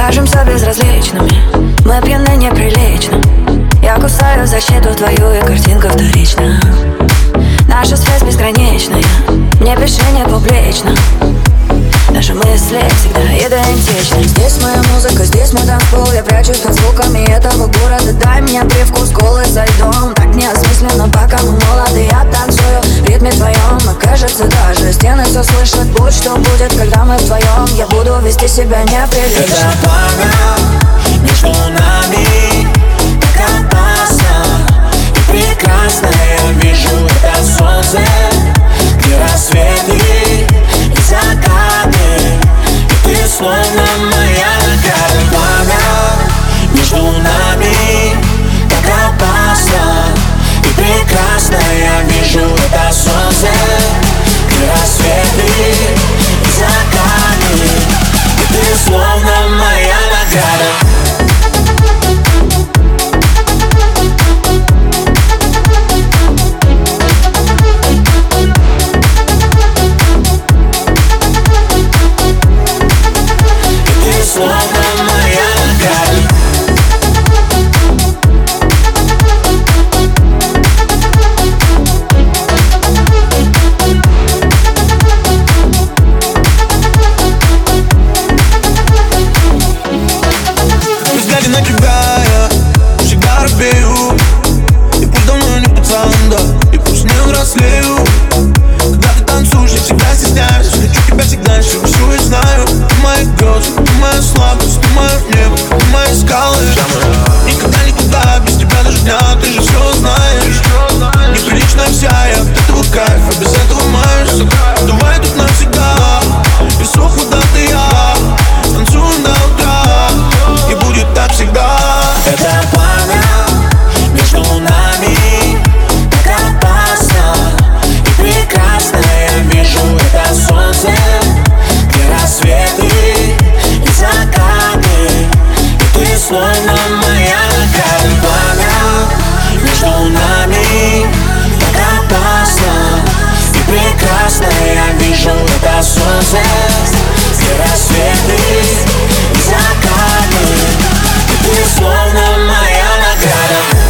кажемся безразличными, мы пьяны неприлично. Я кусаю защиту твою, и картинка вторична. Наша связь безграничная, мне пиши не публично. Наши мысли всегда идентичны. Здесь моя музыка, здесь мой танцпол. Я прячусь под звуками этого города. Дай мне привкус колы за льдом. Так неосмысленно, пока мы молоды. Я танцую в ритме твоем, и кажется, даже стены все слышат. Будь что будет, когда мы вдвоем. Я буду вести себя неприлично. Это пламя между нами, так опасно и прекрасно. Я вижу это солнце, где рассветы и закаты. И ты словно моя нога. Пламя между нами, так опасно и прекрасно. Я вижу это солнце, где рассветы и закаты. И ты словно моя награда. На тебя я всегда робею. И пусть давно не пацан, да, и пусть не взрослею. Когда ты танцуешь, я всегда стесняюсь. Хочу тебя всегда, всю и знаю. Ты мои грезы, ты моя слабость, ты мое небо, ты мои скалы. Никогда, никуда, без тебя даже дня, ты же все знаешь. Неприличная вся я от этого кайфа, без этого маюсь. Давай тут навсегда, и сох вода ты я. Танцуем до утра, и будет так всегда. Это пламя между нами, так опасно и прекрасно. Я вижу это солнце, где рассветы и закаты. И ты словно моя нога. Пламя между нами, так опасно и прекрасно. Я вижу это солнце, где рассветы и закаты. И ты словно моя награда.